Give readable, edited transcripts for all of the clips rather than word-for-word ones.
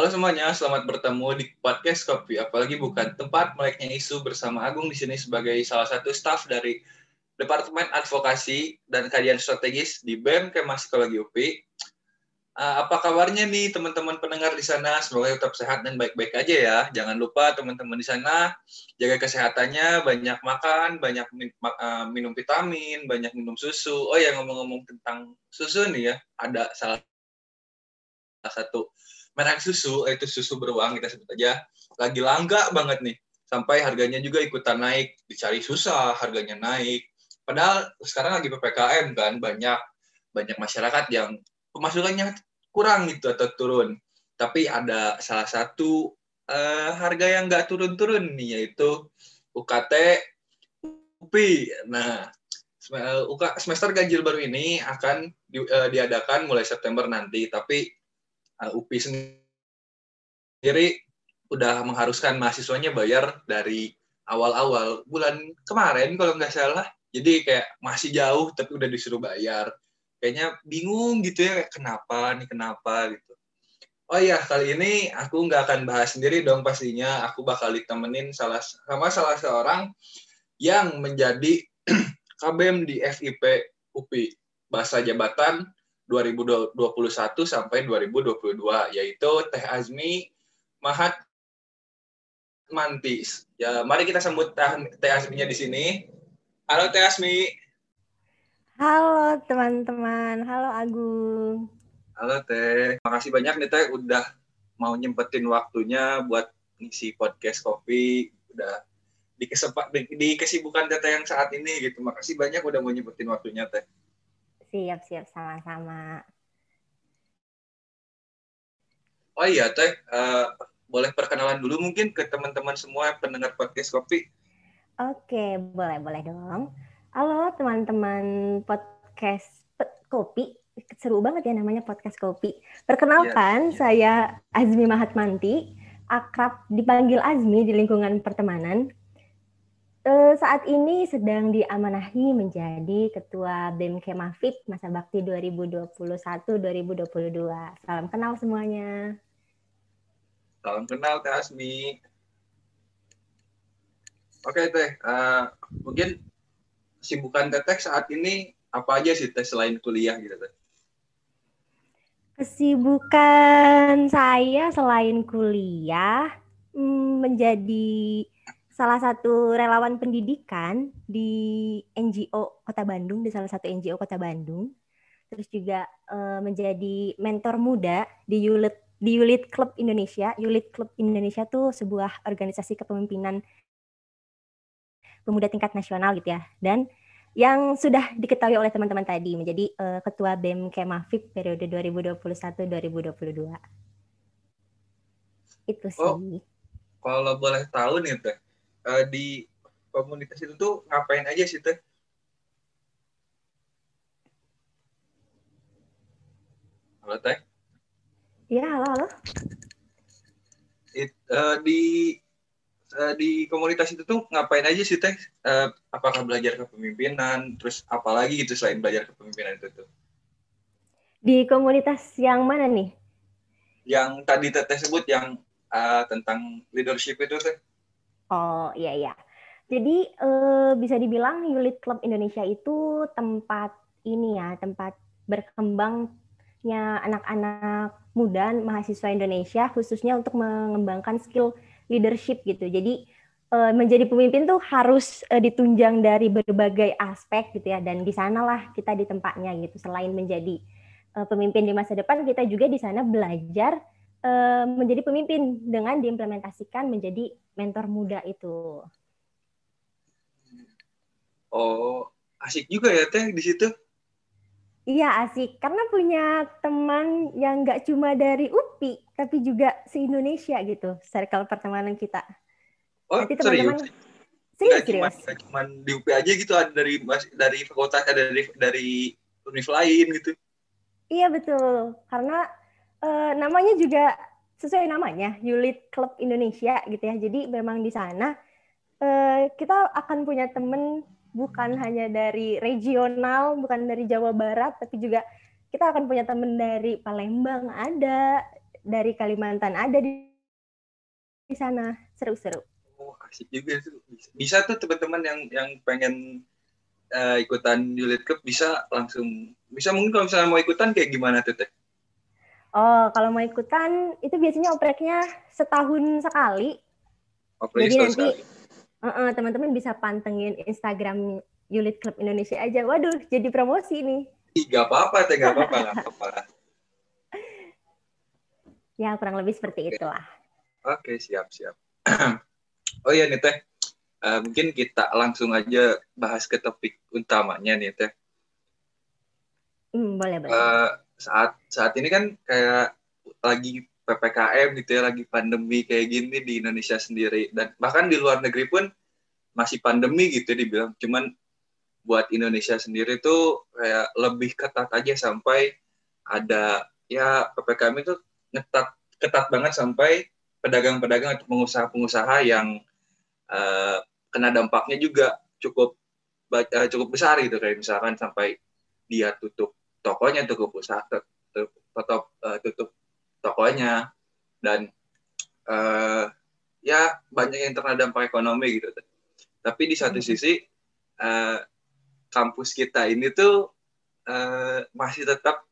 Halo semuanya, selamat bertemu di podcast Kopi. Apalagi bukan tempat meleknya isu bersama Agung di sini sebagai salah satu staf dari Departemen Advokasi dan Kajian Strategis di BEM Kema Psikologi UPI. Apa kabarnya nih teman-teman pendengar di sana? Semoga tetap sehat dan baik-baik aja ya. Jangan lupa teman-teman di sana jaga kesehatannya, banyak makan, banyak minum vitamin, banyak minum susu. Oh ya, ngomong-ngomong tentang susu nih ya, ada salah satu merek susu, itu susu beruang kita sebut aja, lagi langka banget nih. Sampai harganya juga ikutan naik, dicari susah, harganya naik. Padahal sekarang lagi PPKM kan, banyak masyarakat yang pemasukannya kurang gitu atau turun. Tapi ada salah satu harga yang nggak turun-turun nih, yaitu UKT UPI. Nah, semester ganjil baru ini akan diadakan mulai September nanti, tapi UPI sendiri udah mengharuskan mahasiswanya bayar dari awal-awal bulan kemarin kalau nggak salah. Jadi kayak masih jauh tapi udah disuruh bayar. Kayaknya bingung gitu ya, kenapa gitu. Oh iya, kali ini aku nggak akan bahas sendiri dong pastinya. Aku bakal ditemenin salah seorang yang menjadi KBM di FIP UPI, Bahasa Jabatan 2021 sampai 2022, yaitu Teh Azmi Mahat Mantis. Ya, mari kita sambut Teh Azminya di sini. Halo Teh Azmi. Halo teman-teman, halo Agung. Halo Teh. Makasih banyak nih Teh udah mau nyempetin waktunya buat ngisi podcast kopi. Udah di kesibukan Teh yang saat ini gitu. Makasih banyak udah mau nyempetin waktunya Teh. Siap, sama-sama. Oh iya Teh, boleh perkenalan dulu mungkin ke teman-teman semua pendengar podcast kopi. Oke, boleh dong. Halo teman-teman podcast Kopi. Seru banget ya namanya podcast Kopi. Perkenalkan, saya Azmi Mahatmanti, akrab dipanggil Azmi di lingkungan pertemanan. Saat ini sedang diamanahi menjadi Ketua BEM Kemafip masa bakti 2021-2022. Salam kenal semuanya. Salam kenal Teh Asmi. Oke Teh, mungkin kesibukan Teteh saat ini apa aja sih Teh selain kuliah gitu Teh? Kesibukan saya selain kuliah menjadi salah satu relawan pendidikan di NGO Kota Bandung, di salah satu NGO Kota Bandung. Terus juga menjadi mentor muda di Yulit Club Indonesia. Yulit Club Indonesia tuh sebuah organisasi kepemimpinan pemuda tingkat nasional gitu ya. Dan yang sudah diketahui oleh teman-teman tadi menjadi Ketua BEM Kemafip periode 2021-2022. Itu sih. Oh, kalau boleh tahu nih Teh, di komunitas itu tuh ngapain aja sih Teh? Halo Teh? Iya, halo. Di komunitas itu tuh ngapain aja sih Teh? Apakah belajar kepemimpinan, terus apalagi gitu selain belajar kepemimpinan itu tuh? Di komunitas yang mana nih? Yang tadi Teteh sebut yang tentang leadership itu Teh? Oh, iya. Jadi bisa dibilang Yulit Club Indonesia itu tempat ini ya, tempat berkembangnya anak-anak muda mahasiswa Indonesia khususnya untuk mengembangkan skill leadership gitu. Jadi menjadi pemimpin tuh harus ditunjang dari berbagai aspek gitu ya, dan di sanalah kita di tempatnya gitu. Selain menjadi pemimpin di masa depan, kita juga di sana belajar menjadi pemimpin dengan diimplementasikan menjadi mentor muda itu. Oh, asik juga ya Teh di situ. Iya asik, karena punya teman yang nggak cuma dari UPI, tapi juga se-Indonesia gitu, circle pertemanan kita. Oh, Nanti serius? teman-teman, Nggak serius. cuma di UP aja gitu, ada dari fakultas, ada dari univ lain gitu. Iya betul, karena namanya juga sesuai namanya, Yulit Club Indonesia gitu ya. Jadi memang di sana kita akan punya teman bukan hanya dari regional, bukan dari Jawa Barat, tapi juga kita akan punya teman dari Palembang ada, dari Kalimantan ada di sana. Seru-seru. Oh, asik juga tuh. Bisa tuh teman-teman yang pengen ikutan Julid Cup bisa langsung, bisa mungkin kalau misalnya mau ikutan kayak gimana tuh Teh? Oh, kalau mau ikutan itu biasanya opreknya setahun sekali. Apalagi Jadi setahun nanti sekali. teman-teman bisa pantengin Instagram Julid Club Indonesia aja. Waduh, jadi promosi nih. Ih, gak apa-apa Teh, gak apa-apa, gak apa-apa. Ya, kurang lebih seperti Oke, itulah. oke, siap-siap. Oh iya nih Teh, mungkin kita langsung aja bahas ke topik utamanya nih Teh. Boleh, boleh. Saat ini kan kayak lagi PPKM gitu ya, lagi pandemi kayak gini di Indonesia sendiri, dan bahkan di luar negeri pun masih pandemi gitu dibilang. Cuman buat Indonesia sendiri tuh kayak lebih ketat aja, sampai ada ya PPKM itu ketat banget, sampai pedagang-pedagang atau pengusaha-pengusaha yang uh, kena dampaknya juga cukup besar gitu, kayak misalkan sampai dia tutup tokonya, tutup tokonya, dan uh, ya banyak yang terkena dampak ekonomi gitu. Tapi di satu sisi uh, kampus kita ini tuh masih tetap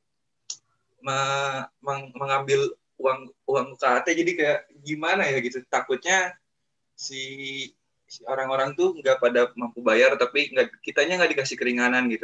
mengambil uang uang UKT, jadi kayak gimana ya gitu, takutnya si si orang-orang tuh nggak pada mampu bayar, tapi kitanya nggak dikasih keringanan gitu.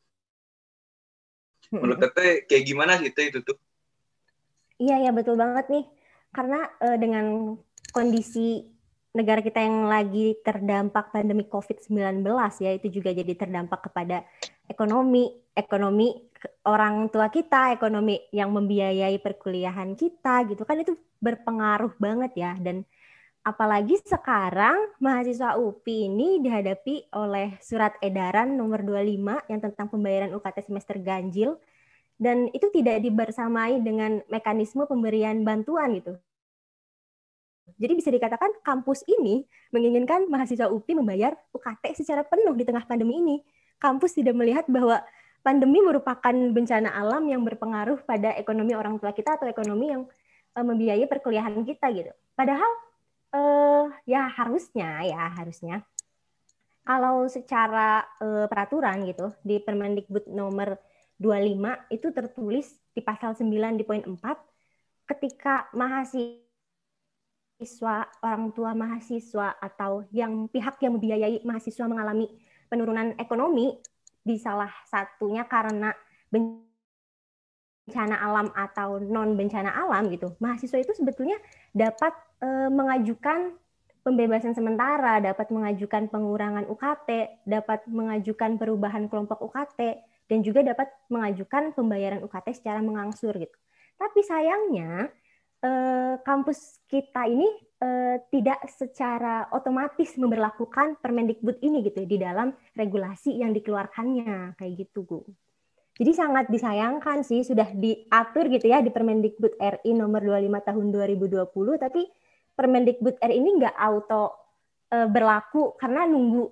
Menurut Teteh kayak gimana gitu itu tuh? Iya, ya betul banget nih. Karena dengan kondisi negara kita yang lagi terdampak pandemi COVID-19 ya, itu juga jadi terdampak kepada ekonomi orang tua kita, ekonomi yang membiayai perkuliahan kita gitu kan, itu berpengaruh banget ya. Dan apalagi sekarang mahasiswa UPI ini dihadapi oleh surat edaran nomor 25 yang tentang pembayaran UKT semester ganjil, dan itu tidak dibersamai dengan mekanisme pemberian bantuan gitu. Jadi bisa dikatakan kampus ini menginginkan mahasiswa UPI membayar UKT secara penuh di tengah pandemi ini. Kampus tidak melihat bahwa pandemi merupakan bencana alam yang berpengaruh pada ekonomi orang tua kita atau ekonomi yang membiayai perkuliahan kita gitu. Padahal ya harusnya kalau secara peraturan gitu di Permendikbud nomor 25 itu tertulis di pasal 9 di poin 4, ketika mahasiswa, orang tua mahasiswa atau yang pihak yang membiayai mahasiswa mengalami penurunan ekonomi, di salah satunya karena bencana alam atau non bencana alam gitu, mahasiswa itu sebetulnya dapat mengajukan pembebasan sementara, dapat mengajukan pengurangan UKT, dapat mengajukan perubahan kelompok UKT, dan juga dapat mengajukan pembayaran UKT secara mengangsur gitu. Tapi sayangnya kampus kita ini tidak secara otomatis memberlakukan Permendikbud ini gitu di dalam regulasi yang dikeluarkannya kayak gitu, Bu. Jadi sangat disayangkan sih, sudah diatur gitu ya di Permendikbud RI nomor 25 tahun 2020, tapi Permendikbud RI ini nggak auto berlaku karena nunggu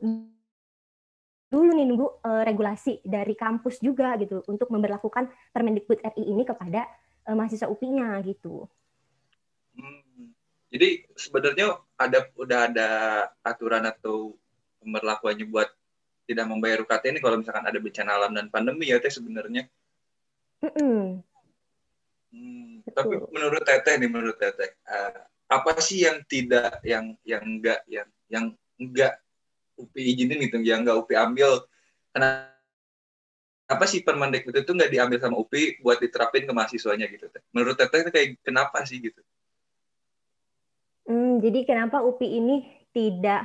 regulasi dari kampus juga gitu untuk memberlakukan Permendikbud RI ini kepada mahasiswa UPI-nya gitu. Jadi sebenarnya udah ada aturan atau pemberlakuannya buat tidak membayar UKT ini kalau misalkan ada bencana alam dan pandemi ya Teh sebenarnya. Tapi menurut Teteh, apa sih yang tidak, yang enggak UPI izinin gitu, yang enggak UPI ambil? Kenapa sih Permendikbud itu nggak diambil sama UPI buat diterapin ke mahasiswanya gitu Teh? Menurut Teteh kayak kenapa sih gitu? Jadi kenapa UPI ini tidak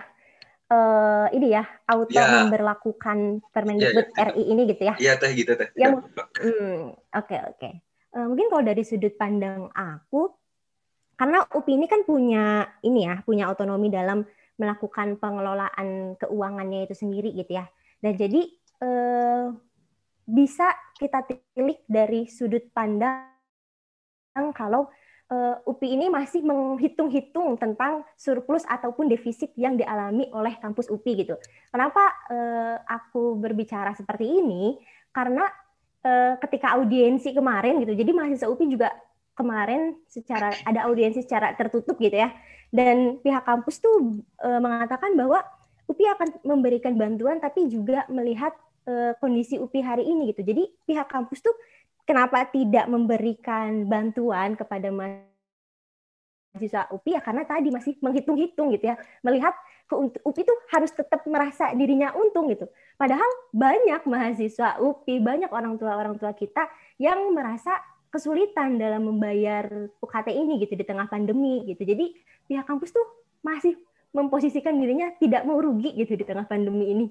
auto memberlakukan Permendikbud RI ini gitu ya? Iya Teh gitu Teh. Oke. Mungkin kalau dari sudut pandang aku, karena UPI ini kan punya otonomi dalam melakukan pengelolaan keuangannya itu sendiri gitu ya. Dan jadi bisa kita tilik dari sudut pandang kalau UPI ini masih menghitung-hitung tentang surplus ataupun defisit yang dialami oleh kampus UPI gitu. Kenapa aku berbicara seperti ini? Karena ketika audiensi kemarin gitu, jadi mahasiswa UPI juga kemarin ada audiensi secara tertutup gitu ya. Dan pihak kampus tuh mengatakan bahwa UPI akan memberikan bantuan tapi juga melihat kondisi UPI hari ini gitu. Jadi pihak kampus tuh kenapa tidak memberikan bantuan kepada mahasiswa UPI ya karena tadi masih menghitung-hitung gitu ya. Melihat UPI itu harus tetap merasa dirinya untung gitu. Padahal banyak mahasiswa UPI, banyak orang tua kita yang merasa kesulitan dalam membayar UKT ini gitu di tengah pandemi gitu. Jadi pihak kampus tuh masih memposisikan dirinya tidak mau rugi gitu di tengah pandemi ini.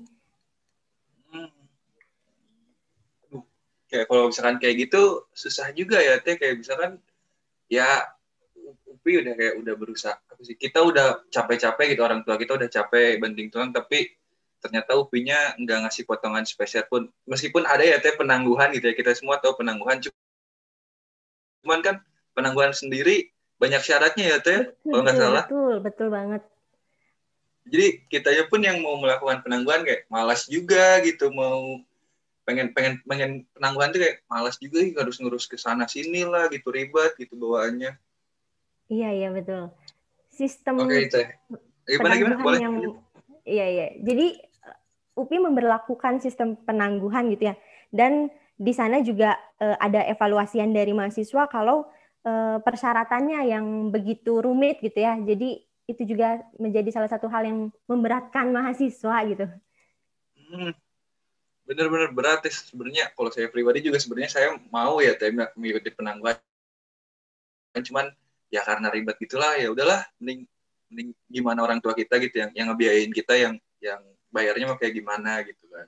Kayak kalau misalkan kayak gitu susah juga ya Teh, kayak misalkan ya UPI udah berusaha, kita udah capek-capek gitu, orang tua kita udah capek banting tulang, tapi ternyata UPI-nya nggak ngasih potongan spesial pun, meskipun ada ya Teh penangguhan gitu ya, kita semua tahu penangguhan, cuman kan penangguhan sendiri banyak syaratnya ya Teh, kalau nggak salah. Betul banget. Jadi kitanya pun yang mau melakukan penangguhan kayak malas juga gitu, mau pengen penangguhan tuh kayak malas juga, harus ngurus ke sana sini lah gitu, ribet gitu bawaannya. Iya betul. Sistem Teh. penangguhan Boleh? yang iya. Jadi UPI memberlakukan sistem penangguhan gitu ya. Dan di sana juga ada evaluasian dari mahasiswa kalau persyaratannya yang begitu rumit gitu ya. Jadi itu juga menjadi salah satu hal yang memberatkan mahasiswa gitu. Bener-bener berat sebenarnya. Kalau saya pribadi juga sebenarnya saya mau ya Teh mengikuti penangguhan, cuman ya karena ribet gitulah, ya udahlah, mending gimana orang tua kita gitu yang ngebiayain kita, yang bayarnya mau kayak gimana gitu kan.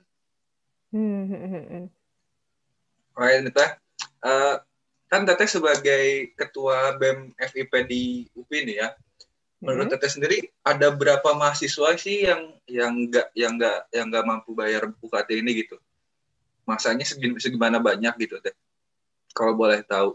Right, Teh. Kan Teteh sebagai ketua BEM FIP di UPI nih ya, menurut Teteh sendiri ada berapa mahasiswa sih yang nggak mampu bayar UKT ini gitu? Masanya segimana banyak gitu Teh? Kalau boleh tahu.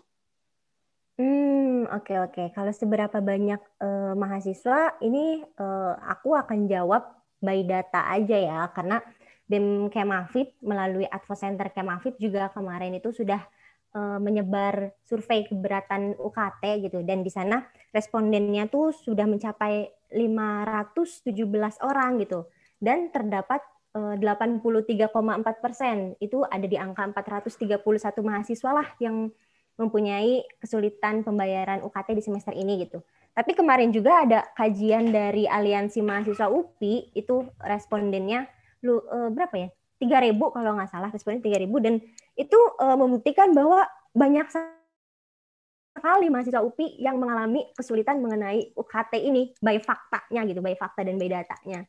Oke. Kalau seberapa banyak mahasiswa ini aku akan jawab by data aja ya, karena BEM Kemafid melalui Advo Center Kemafid juga kemarin itu sudah menyebar survei keberatan UKT gitu, dan di sana respondennya tuh sudah mencapai 517 orang gitu, dan terdapat 83,4% itu ada di angka 431 mahasiswa lah yang mempunyai kesulitan pembayaran UKT di semester ini gitu. Tapi kemarin juga ada kajian dari Aliansi Mahasiswa UPI, itu respondennya berapa ya? 3.000 kalau nggak salah, responden 3.000, dan itu membuktikan bahwa banyak sekali mahasiswa UPI yang mengalami kesulitan mengenai UKT ini, by faktanya gitu, by fakta dan by datanya.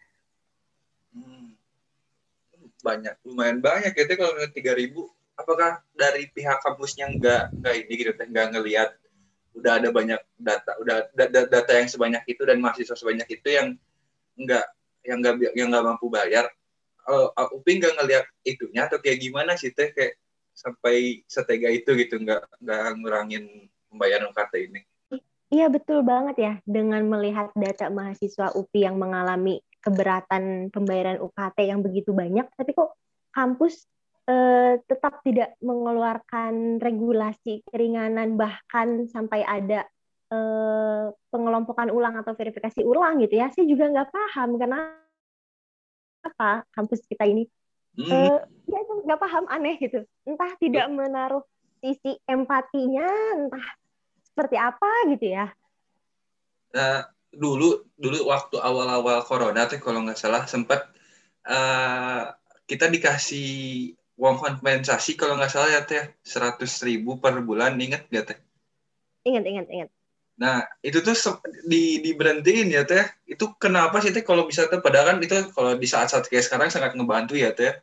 Lumayan banyak ya Teh kalau 3.000. Apakah dari pihak kampusnya nggak ini gitu Teh, nggak ngelihat udah ada banyak data yang sebanyak itu dan mahasiswa sebanyak itu yang nggak mampu bayar? UPI nggak ngelihat itunya atau kayak gimana sih Teh, kayak sampai setega itu gitu nggak ngurangin pembayaran UKT ini? Iya betul banget ya, dengan melihat data mahasiswa UPI yang mengalami keberatan pembayaran UKT yang begitu banyak, tapi kok kampus tetap tidak mengeluarkan regulasi keringanan, bahkan sampai ada pengelompokan ulang atau verifikasi ulang gitu ya. Saya juga nggak paham kenapa kampus kita ini ya nggak paham, aneh gitu. Entah tidak menaruh sisi empatinya, entah seperti apa gitu ya. Dulu waktu awal-awal corona Teh, kalau nggak salah sempat kita dikasih uang kompensasi kalau nggak salah ya Teh, 100.000 per bulan, inget nggak Teh? Ingat. Nah itu tuh diberhentiin ya Teh. Itu kenapa sih Teh kalau bisa Teh? Padahal kan itu kalau di saat-saat kayak sekarang sangat ngebantu ya Teh.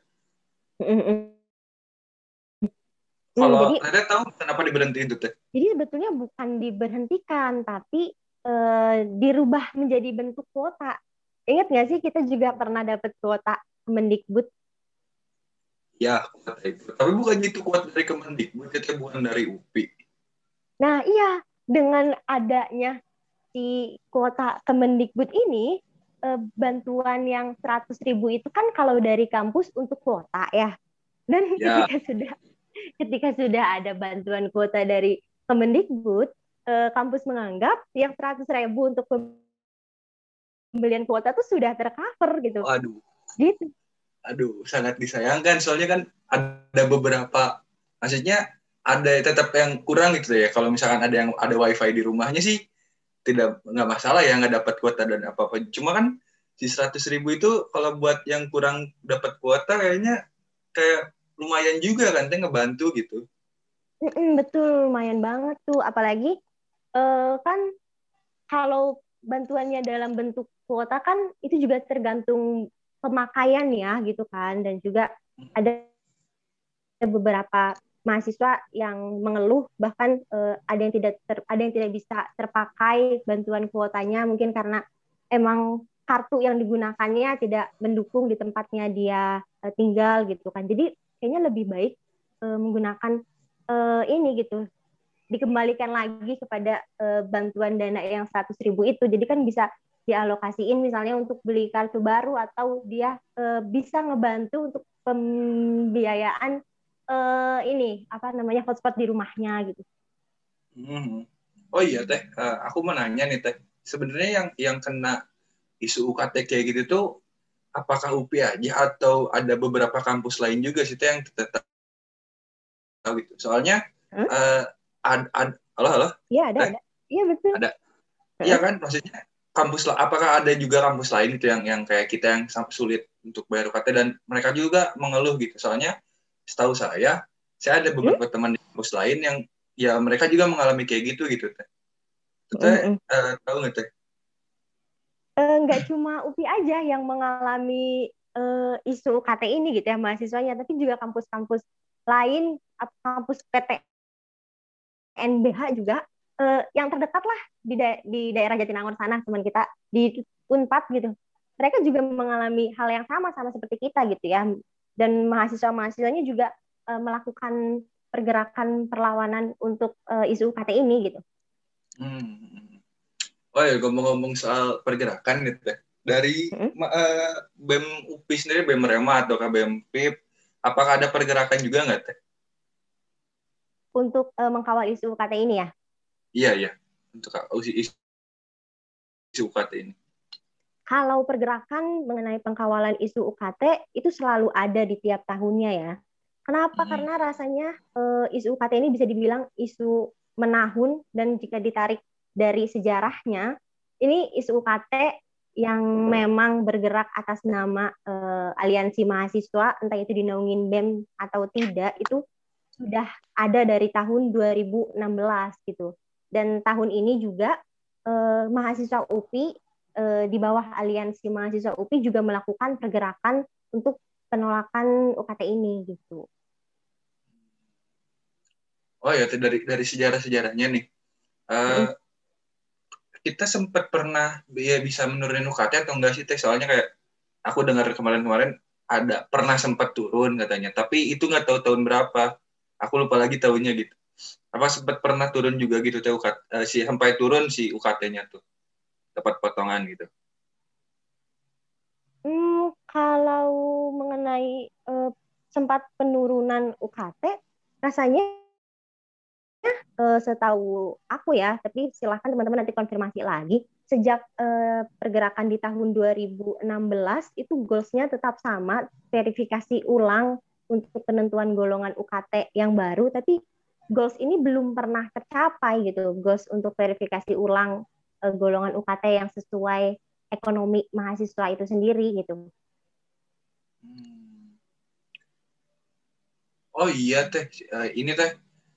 Kalau Teteh tahu kenapa diberhentiin itu Teh? Jadi sebetulnya bukan diberhentikan, tapi dirubah menjadi bentuk kuota. Ingat nggak sih kita juga pernah dapat kuota Kemendikbud? Ya, kuota itu. Tapi bukan itu kuota dari Kemendikbud, itu bukan dari UPI. Nah iya, dengan adanya si kuota Kemendikbud ini, bantuan yang 100.000 itu kan kalau dari kampus untuk kuota ya. Dan ketika sudah ada bantuan kuota dari Kemendikbud, kampus menganggap yang 100.000 untuk pembelian kuota tuh sudah tercover gitu. Aduh, Gitu. sangat disayangkan. Soalnya kan ada beberapa, maksudnya ada tetap yang kurang gitu ya. Kalau misalkan ada wifi di rumahnya sih, nggak masalah ya nggak dapat kuota dan apa-apa. Cuma kan si 100.000 itu kalau buat yang kurang dapat kuota kayaknya kayak lumayan juga kan, ngebantu gitu. Betul, lumayan banget tuh. Apalagi kan kalau bantuannya dalam bentuk kuota kan itu juga tergantung pemakaian ya gitu kan. Dan juga ada beberapa mahasiswa yang mengeluh bahkan ada yang tidak bisa terpakai bantuan kuotanya mungkin karena emang kartu yang digunakannya tidak mendukung di tempatnya dia tinggal gitu kan. Jadi kayaknya lebih baik menggunakan ini gitu, dikembalikan lagi kepada bantuan dana yang 100.000 itu. Jadi kan bisa dialokasiin misalnya untuk beli kartu baru atau dia bisa ngebantu untuk pembiayaan ini apa namanya hotspot di rumahnya gitu. Oh iya Teh, aku mau nanya nih Teh. Sebenarnya yang kena isu UKT kayak gitu tuh apakah UPI aja atau ada beberapa kampus lain juga sih Teh yang tetap tahu gitu. Soalnya halo. Iya ada Teh, ada. Iya betul. ada. Iya kan, maksudnya apakah ada juga kampus lain itu yang kayak kita yang sampai sulit untuk bayar UKT dan mereka juga mengeluh gitu. Soalnya setahu saya ada beberapa teman di kampus lain yang ya mereka juga mengalami kayak gitu Teh. Teh tahu nggak Teh? Nggak cuma UPI aja yang mengalami isu UKT ini gitu ya mahasiswanya, tapi juga kampus-kampus lain, kampus PTNBH juga yang terdekat lah di daerah Jatinangor sana, teman kita di Unpad gitu. Mereka juga mengalami hal yang sama seperti kita gitu ya. Dan mahasiswa-mahasiswanya juga melakukan pergerakan perlawanan untuk isu UKT ini gitu. Oh ya, ngomong-ngomong soal pergerakan gitu ya. Dari BEM UPI sendiri, BEM Rema atau BEM PIP, apakah ada pergerakan juga nggak Teh? Untuk mengkawal isu UKT ini ya? Iya. Untuk isu UKT ini. Kalau pergerakan mengenai pengkawalan isu UKT itu selalu ada di tiap tahunnya ya. Kenapa? Karena rasanya isu UKT ini bisa dibilang isu menahun, dan jika ditarik dari sejarahnya, ini isu UKT yang memang bergerak atas nama aliansi mahasiswa, entah itu dinaungin BEM atau tidak, itu sudah ada dari tahun 2016 gitu. Dan tahun ini juga mahasiswa UPI di bawah aliansi mahasiswa UPI juga melakukan pergerakan untuk penolakan UKT ini gitu. Oh ya, dari sejarah-sejarahnya nih. Kita sempat pernah ya bisa menurunin UKT atau enggak sih Teh? Soalnya kayak aku dengar kemarin-kemarin ada pernah sempat turun katanya, tapi itu nggak tahu tahun berapa. Aku lupa lagi tahunnya gitu. Apa sempat pernah turun juga gitu Teh sampai turun si UKT-nya tuh. Dapat potongan gitu. Kalau mengenai sempat penurunan UKT, rasanya setahu aku ya, tapi silahkan teman-teman nanti konfirmasi lagi. Sejak pergerakan di tahun 2016 itu goals-nya tetap sama, verifikasi ulang untuk penentuan golongan UKT yang baru, tapi goals ini belum pernah tercapai gitu. Goals untuk verifikasi ulang golongan UKT yang sesuai ekonomi mahasiswa itu sendiri gitu. Oh iya Teh, ini Teh,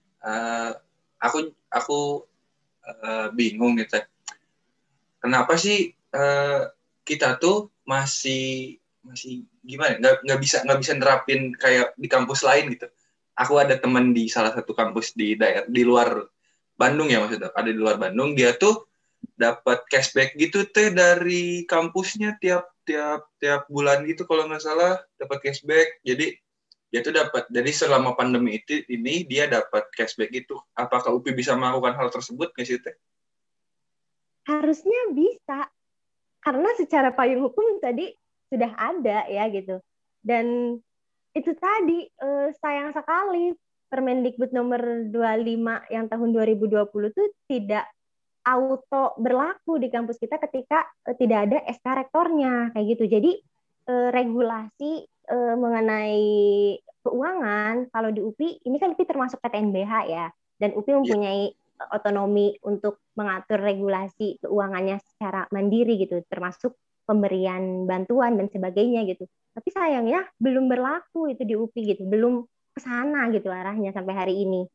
aku bingung nih Teh. Kenapa sih kita tuh masih gimana? Nggak bisa nerapin kayak di kampus lain gitu. Aku ada teman di salah satu kampus di daerah di luar Bandung ya maksudnya. Ada di luar Bandung, dia tuh dapat cashback gitu Teh dari kampusnya tiap bulan gitu kalau nggak salah dapat cashback. Jadi dia tuh jadi selama pandemi ini dia dapat cashback gitu. Apakah UPI bisa melakukan hal tersebut nggak sih Teh? Harusnya bisa, karena secara payung hukum tadi sudah ada ya gitu. Dan itu tadi sayang sekali Permendikbud nomor 25 yang tahun 2020 tuh tidak auto berlaku di kampus kita ketika tidak ada SK rektornya kayak gitu. Jadi regulasi mengenai keuangan kalau di UPI ini kan UPI termasuk PTNBH ya, dan UPI mempunyai otonomi untuk mengatur regulasi keuangannya secara mandiri gitu, termasuk pemberian bantuan dan sebagainya gitu. Tapi sayangnya belum berlaku itu di UPI gitu, belum ke sana gitu arahnya sampai hari ini.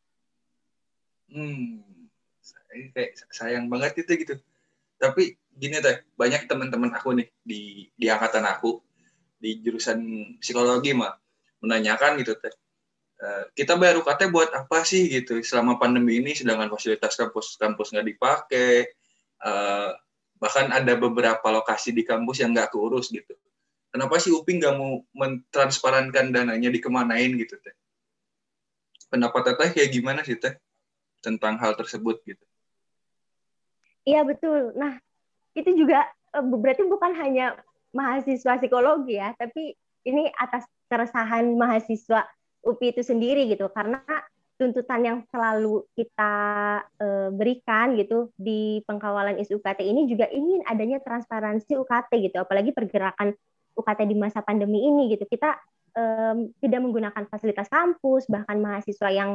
Kayak sayang banget itu gitu. Tapi gini teh, banyak teman-teman aku nih di angkatan aku di jurusan psikologi mah menanyakan gitu teh. Kita bayar UKT buat apa sih gitu selama pandemi ini, sedangkan fasilitas kampus nggak dipakai, bahkan ada beberapa lokasi di kampus yang nggak keurus gitu. Kenapa sih UPI nggak mau mentransparankan dananya dikemanain gitu teh? Pendapat teteh kayak gimana sih teh tentang hal tersebut gitu? Iya betul. Nah itu juga berarti bukan hanya mahasiswa psikologi ya, tapi ini atas keresahan mahasiswa UPI itu sendiri gitu, karena tuntutan yang selalu kita berikan gitu di pengkawalan isu UKT ini juga ingin adanya transparansi UKT gitu, apalagi pergerakan UKT di masa pandemi ini gitu. Kita tidak menggunakan fasilitas kampus, bahkan mahasiswa yang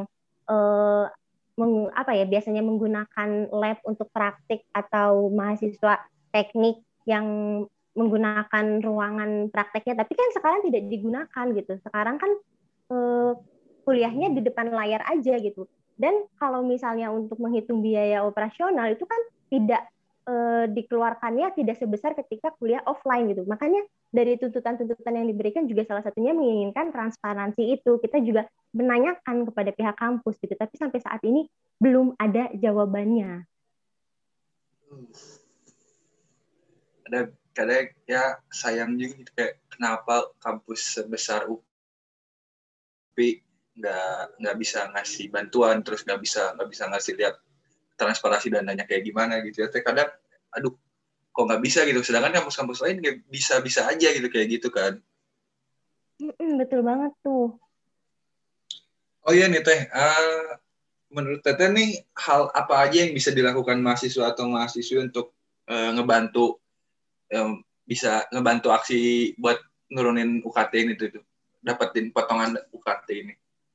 biasanya menggunakan lab untuk praktik, atau mahasiswa teknik yang menggunakan ruangan prakteknya, tapi kan sekarang tidak digunakan gitu. Sekarang kan kuliahnya di depan layar aja gitu. Dan kalau misalnya untuk menghitung biaya operasional itu kan tidak dikeluarkannya tidak sebesar ketika kuliah offline gitu. Makanya dari tuntutan-tuntutan yang diberikan juga salah satunya menginginkan transparansi itu. Kita juga menanyakan kepada pihak kampus gitu, tapi sampai saat ini belum ada jawabannya. Ada kadang ya sayang juga gitu, kayak kenapa kampus sebesar UPI nggak bisa ngasih bantuan, terus nggak bisa ngasih lihat transparansi dananya kayak gimana gitu ya. Kadang aduh kok nggak bisa gitu, sedangkan kampus-kampus lain bisa aja gitu kayak gitu kan. Betul banget tuh. Oh iya nih teh, menurut teteh nih hal apa aja yang bisa dilakukan mahasiswa atau mahasiswi untuk ngebantu bisa ngebantu aksi buat nurunin UKT ini tuh dapetin potongan UKT ini?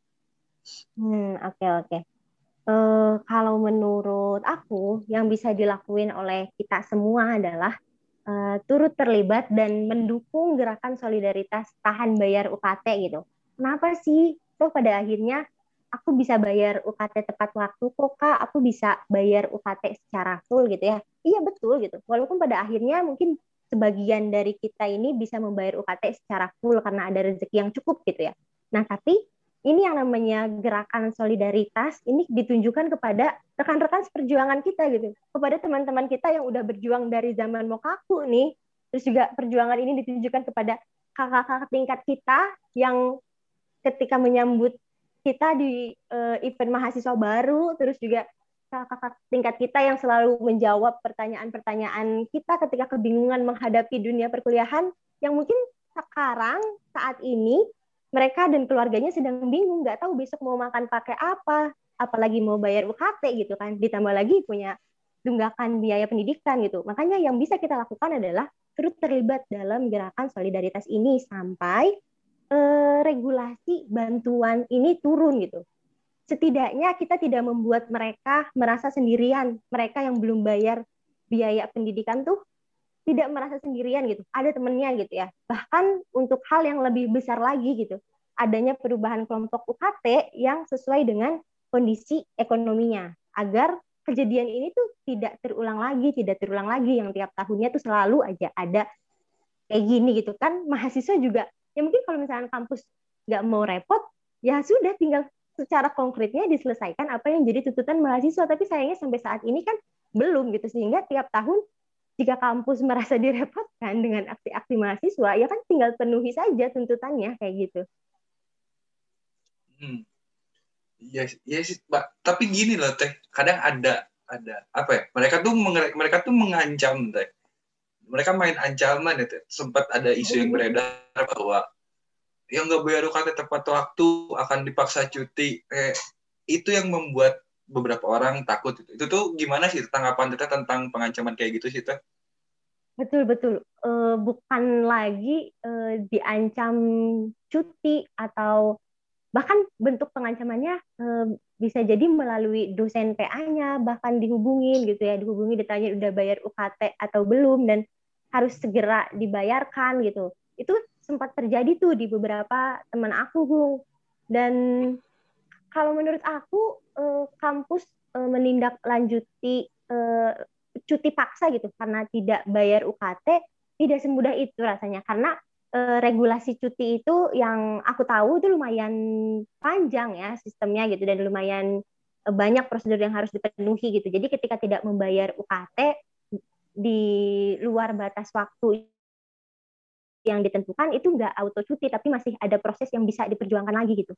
Oke. Kalau menurut aku yang bisa dilakuin oleh kita semua adalah turut terlibat dan mendukung gerakan solidaritas tahan bayar UKT gitu. Kenapa sih? Toh pada akhirnya aku bisa bayar UKT tepat waktu kok Kak, aku bisa bayar UKT secara full gitu ya. Iya betul gitu. Walaupun pada akhirnya mungkin sebagian dari kita ini bisa membayar UKT secara full karena ada rezeki yang cukup gitu ya. Nah, tapi ini yang namanya gerakan solidaritas ini ditunjukkan kepada rekan-rekan seperjuangan kita gitu, kepada teman-teman kita yang udah berjuang dari zaman Mokaku nih. Terus juga perjuangan ini ditunjukkan kepada kakak-kakak tingkat kita yang ketika menyambut kita di event mahasiswa baru, terus juga kakak-kakak tingkat kita yang selalu menjawab pertanyaan-pertanyaan kita ketika kebingungan menghadapi dunia perkuliahan, yang mungkin sekarang saat ini mereka dan keluarganya sedang bingung, nggak tahu besok mau makan pakai apa, apalagi mau bayar UKT gitu kan, ditambah lagi punya tunggakan biaya pendidikan gitu. Makanya yang bisa kita lakukan adalah turut terlibat dalam gerakan solidaritas ini sampai regulasi bantuan ini turun gitu. Setidaknya kita tidak membuat mereka merasa sendirian. Mereka yang belum bayar biaya pendidikan tuh tidak merasa sendirian gitu. Ada temennya gitu ya. Bahkan untuk hal yang lebih besar lagi gitu, adanya perubahan kelompok UKT yang sesuai dengan kondisi ekonominya, agar kejadian ini tuh tidak terulang lagi yang tiap tahunnya tuh selalu aja ada kayak gini gitu kan. Mahasiswa juga ya mungkin kalau misalnya kampus nggak mau repot, ya sudah tinggal secara konkretnya diselesaikan apa yang jadi tuntutan mahasiswa. Tapi sayangnya sampai saat ini kan belum gitu, sehingga tiap tahun jika kampus merasa direpotkan dengan aksi-aksi mahasiswa, ya kan tinggal penuhi saja tuntutannya kayak gitu. Iya sih, Mbak. Tapi gini loh, Teh. Kadang ada apa ya? Mereka tuh mengancam, Teh. Mereka main ancaman ya, Teh. Sempat ada isu yang beredar bahwa yang nggak bayar UKT tepat waktu akan dipaksa cuti. Itu yang membuat beberapa orang takut. Itu tuh gimana sih tanggapan Teteh tentang pengancaman kayak gitu sih Teh? Betul, betul. Bukan lagi diancam cuti atau bahkan bentuk pengancamannya bisa jadi melalui dosen PA-nya, bahkan dihubungin gitu ya, dihubungi ditanya udah bayar UKT atau belum dan harus segera dibayarkan gitu. Itu sempat terjadi tuh di beberapa teman aku, Bung. Dan kalau menurut aku kampus menindaklanjuti cuti paksa gitu karena tidak bayar UKT tidak semudah itu rasanya karena regulasi cuti itu yang aku tahu itu lumayan panjang ya sistemnya gitu dan lumayan banyak prosedur yang harus dipenuhi gitu. Jadi ketika tidak membayar UKT di luar batas waktu yang ditentukan itu nggak auto cuti tapi masih ada proses yang bisa diperjuangkan lagi gitu.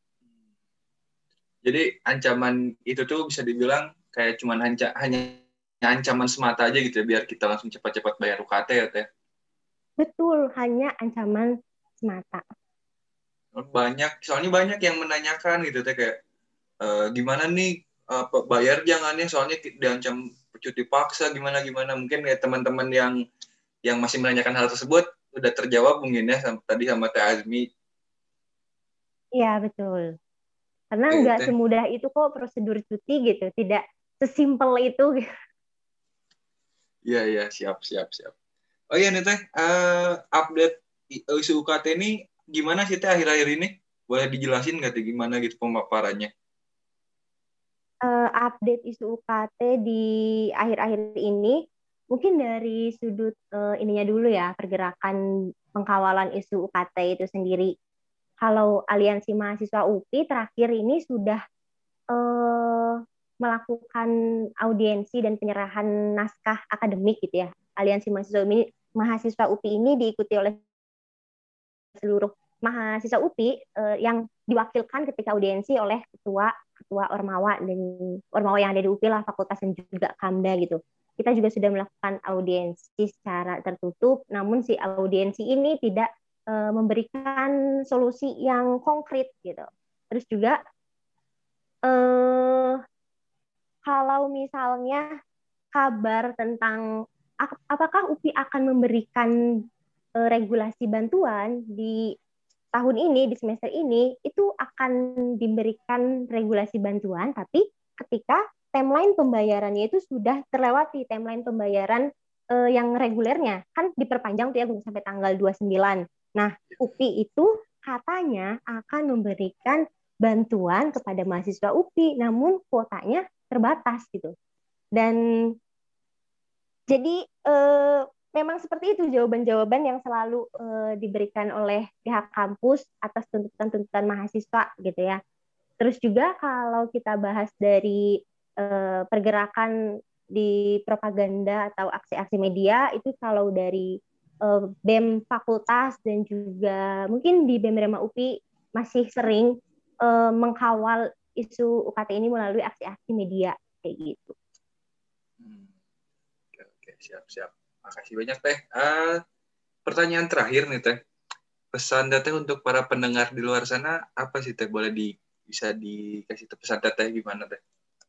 Jadi ancaman itu tuh bisa dibilang kayak cuman hanya ancaman semata aja gitu ya, biar kita langsung cepat-cepat bayar UKT ya Teh. Betul, hanya ancaman semata. Soalnya banyak yang menanyakan gitu Teh kayak gimana nih bayar jangannya soalnya diancam cuti paksa gimana mungkin ya teman-teman yang masih menanyakan hal tersebut udah terjawab mungkin ya tadi sama Teh Azmi. Iya, betul. Karena Oke, nggak Teh. semudah itu kok prosedur cuti gitu. Tidak sesimpel itu. Iya, iya, siap. Oh iya nih Teh, update isu UKT ini gimana sih Teh akhir-akhir ini? Boleh dijelasin nggak Teh gimana gitu pemaparannya? Update isu UKT di akhir-akhir ini, mungkin dari sudut ininya dulu ya, pergerakan pengkawalan isu UKT itu sendiri. Kalau Aliansi Mahasiswa UPI terakhir ini sudah eh, melakukan audiensi dan penyerahan naskah akademik gitu ya. Aliansi Mahasiswa UPI ini diikuti oleh seluruh mahasiswa UPI yang diwakilkan ketika audiensi oleh ketua ketua Ormawa dan Ormawa yang ada di UPI lah fakultas dan juga Kamda gitu. Kita juga sudah melakukan audiensi secara tertutup, namun si audiensi ini tidak memberikan solusi yang konkret gitu. Terus juga eh, kalau misalnya kabar tentang apakah UPI akan memberikan regulasi bantuan di tahun ini, di semester ini, itu akan diberikan regulasi bantuan, tapi ketika timeline pembayarannya itu sudah terlewati, timeline pembayaran yang regulernya, kan diperpanjang tuh ya sampai tanggal 29. Nah, UPI itu katanya akan memberikan bantuan kepada mahasiswa UPI, namun kuotanya terbatas gitu. Dan jadi memang seperti itu jawaban-jawaban yang selalu diberikan oleh pihak kampus atas tuntutan-tuntutan mahasiswa gitu ya. Terus juga kalau kita bahas dari pergerakan di propaganda atau aksi-aksi media itu kalau dari BEM fakultas dan juga mungkin di BEM Rema UPI masih sering mengkawal isu UKT ini melalui aksi-aksi media kayak gitu. Oke, siap. Makasih banyak Teh. Pertanyaan terakhir nih Teh. Pesan Teteh untuk para pendengar di luar sana apa sih Teh? Bisa dikasih pesan Teteh gimana Teh?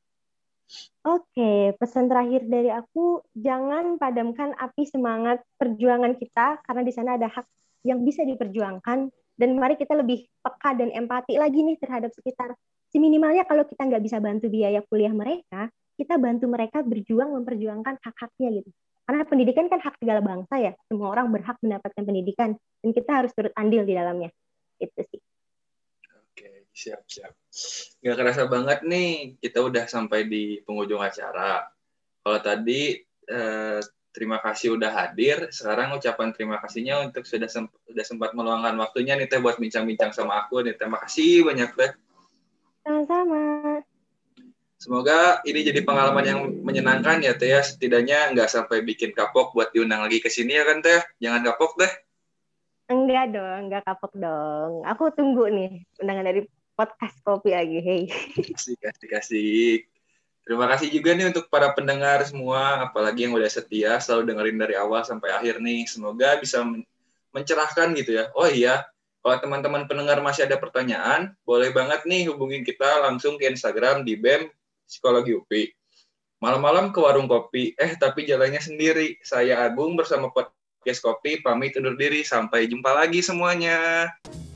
Oke, pesan terakhir dari aku, jangan padamkan api semangat perjuangan kita, karena di sana ada hak yang bisa diperjuangkan, dan mari kita lebih peka dan empati lagi nih terhadap sekitar. Seminimalnya kalau kita nggak bisa bantu biaya kuliah mereka, kita bantu mereka berjuang memperjuangkan hak-haknya gitu. Karena pendidikan kan hak segala bangsa ya, semua orang berhak mendapatkan pendidikan, dan kita harus turut andil di dalamnya. Itu sih. Oke, siap. Nggak kerasa banget nih, kita udah sampai di penghujung acara. Kalau tadi, terima kasih udah hadir. Sekarang ucapan terima kasihnya untuk sudah sempat meluangkan waktunya nih Teh buat bincang-bincang sama aku nih. Terima kasih banyak Teh. Sama-sama. Semoga ini jadi pengalaman yang menyenangkan ya Teh ya. Setidaknya nggak sampai bikin kapok buat diundang lagi ke sini ya kan Teh. Jangan kapok Teh. Enggak dong, enggak kapok dong. Aku tunggu nih undangan dari podcast kopi lagi. Hey. Kasih. Terima kasih juga nih untuk para pendengar semua, apalagi yang udah setia selalu dengerin dari awal sampai akhir nih. Semoga bisa mencerahkan gitu ya. Oh iya, Kalau teman-teman pendengar masih ada pertanyaan, boleh banget nih hubungin kita langsung ke Instagram di BEM Psikologi UPI. Malam-malam ke warung kopi, tapi jalannya sendiri. Saya Agung bersama Podcast Kopi, pamit undur diri. Sampai jumpa lagi semuanya.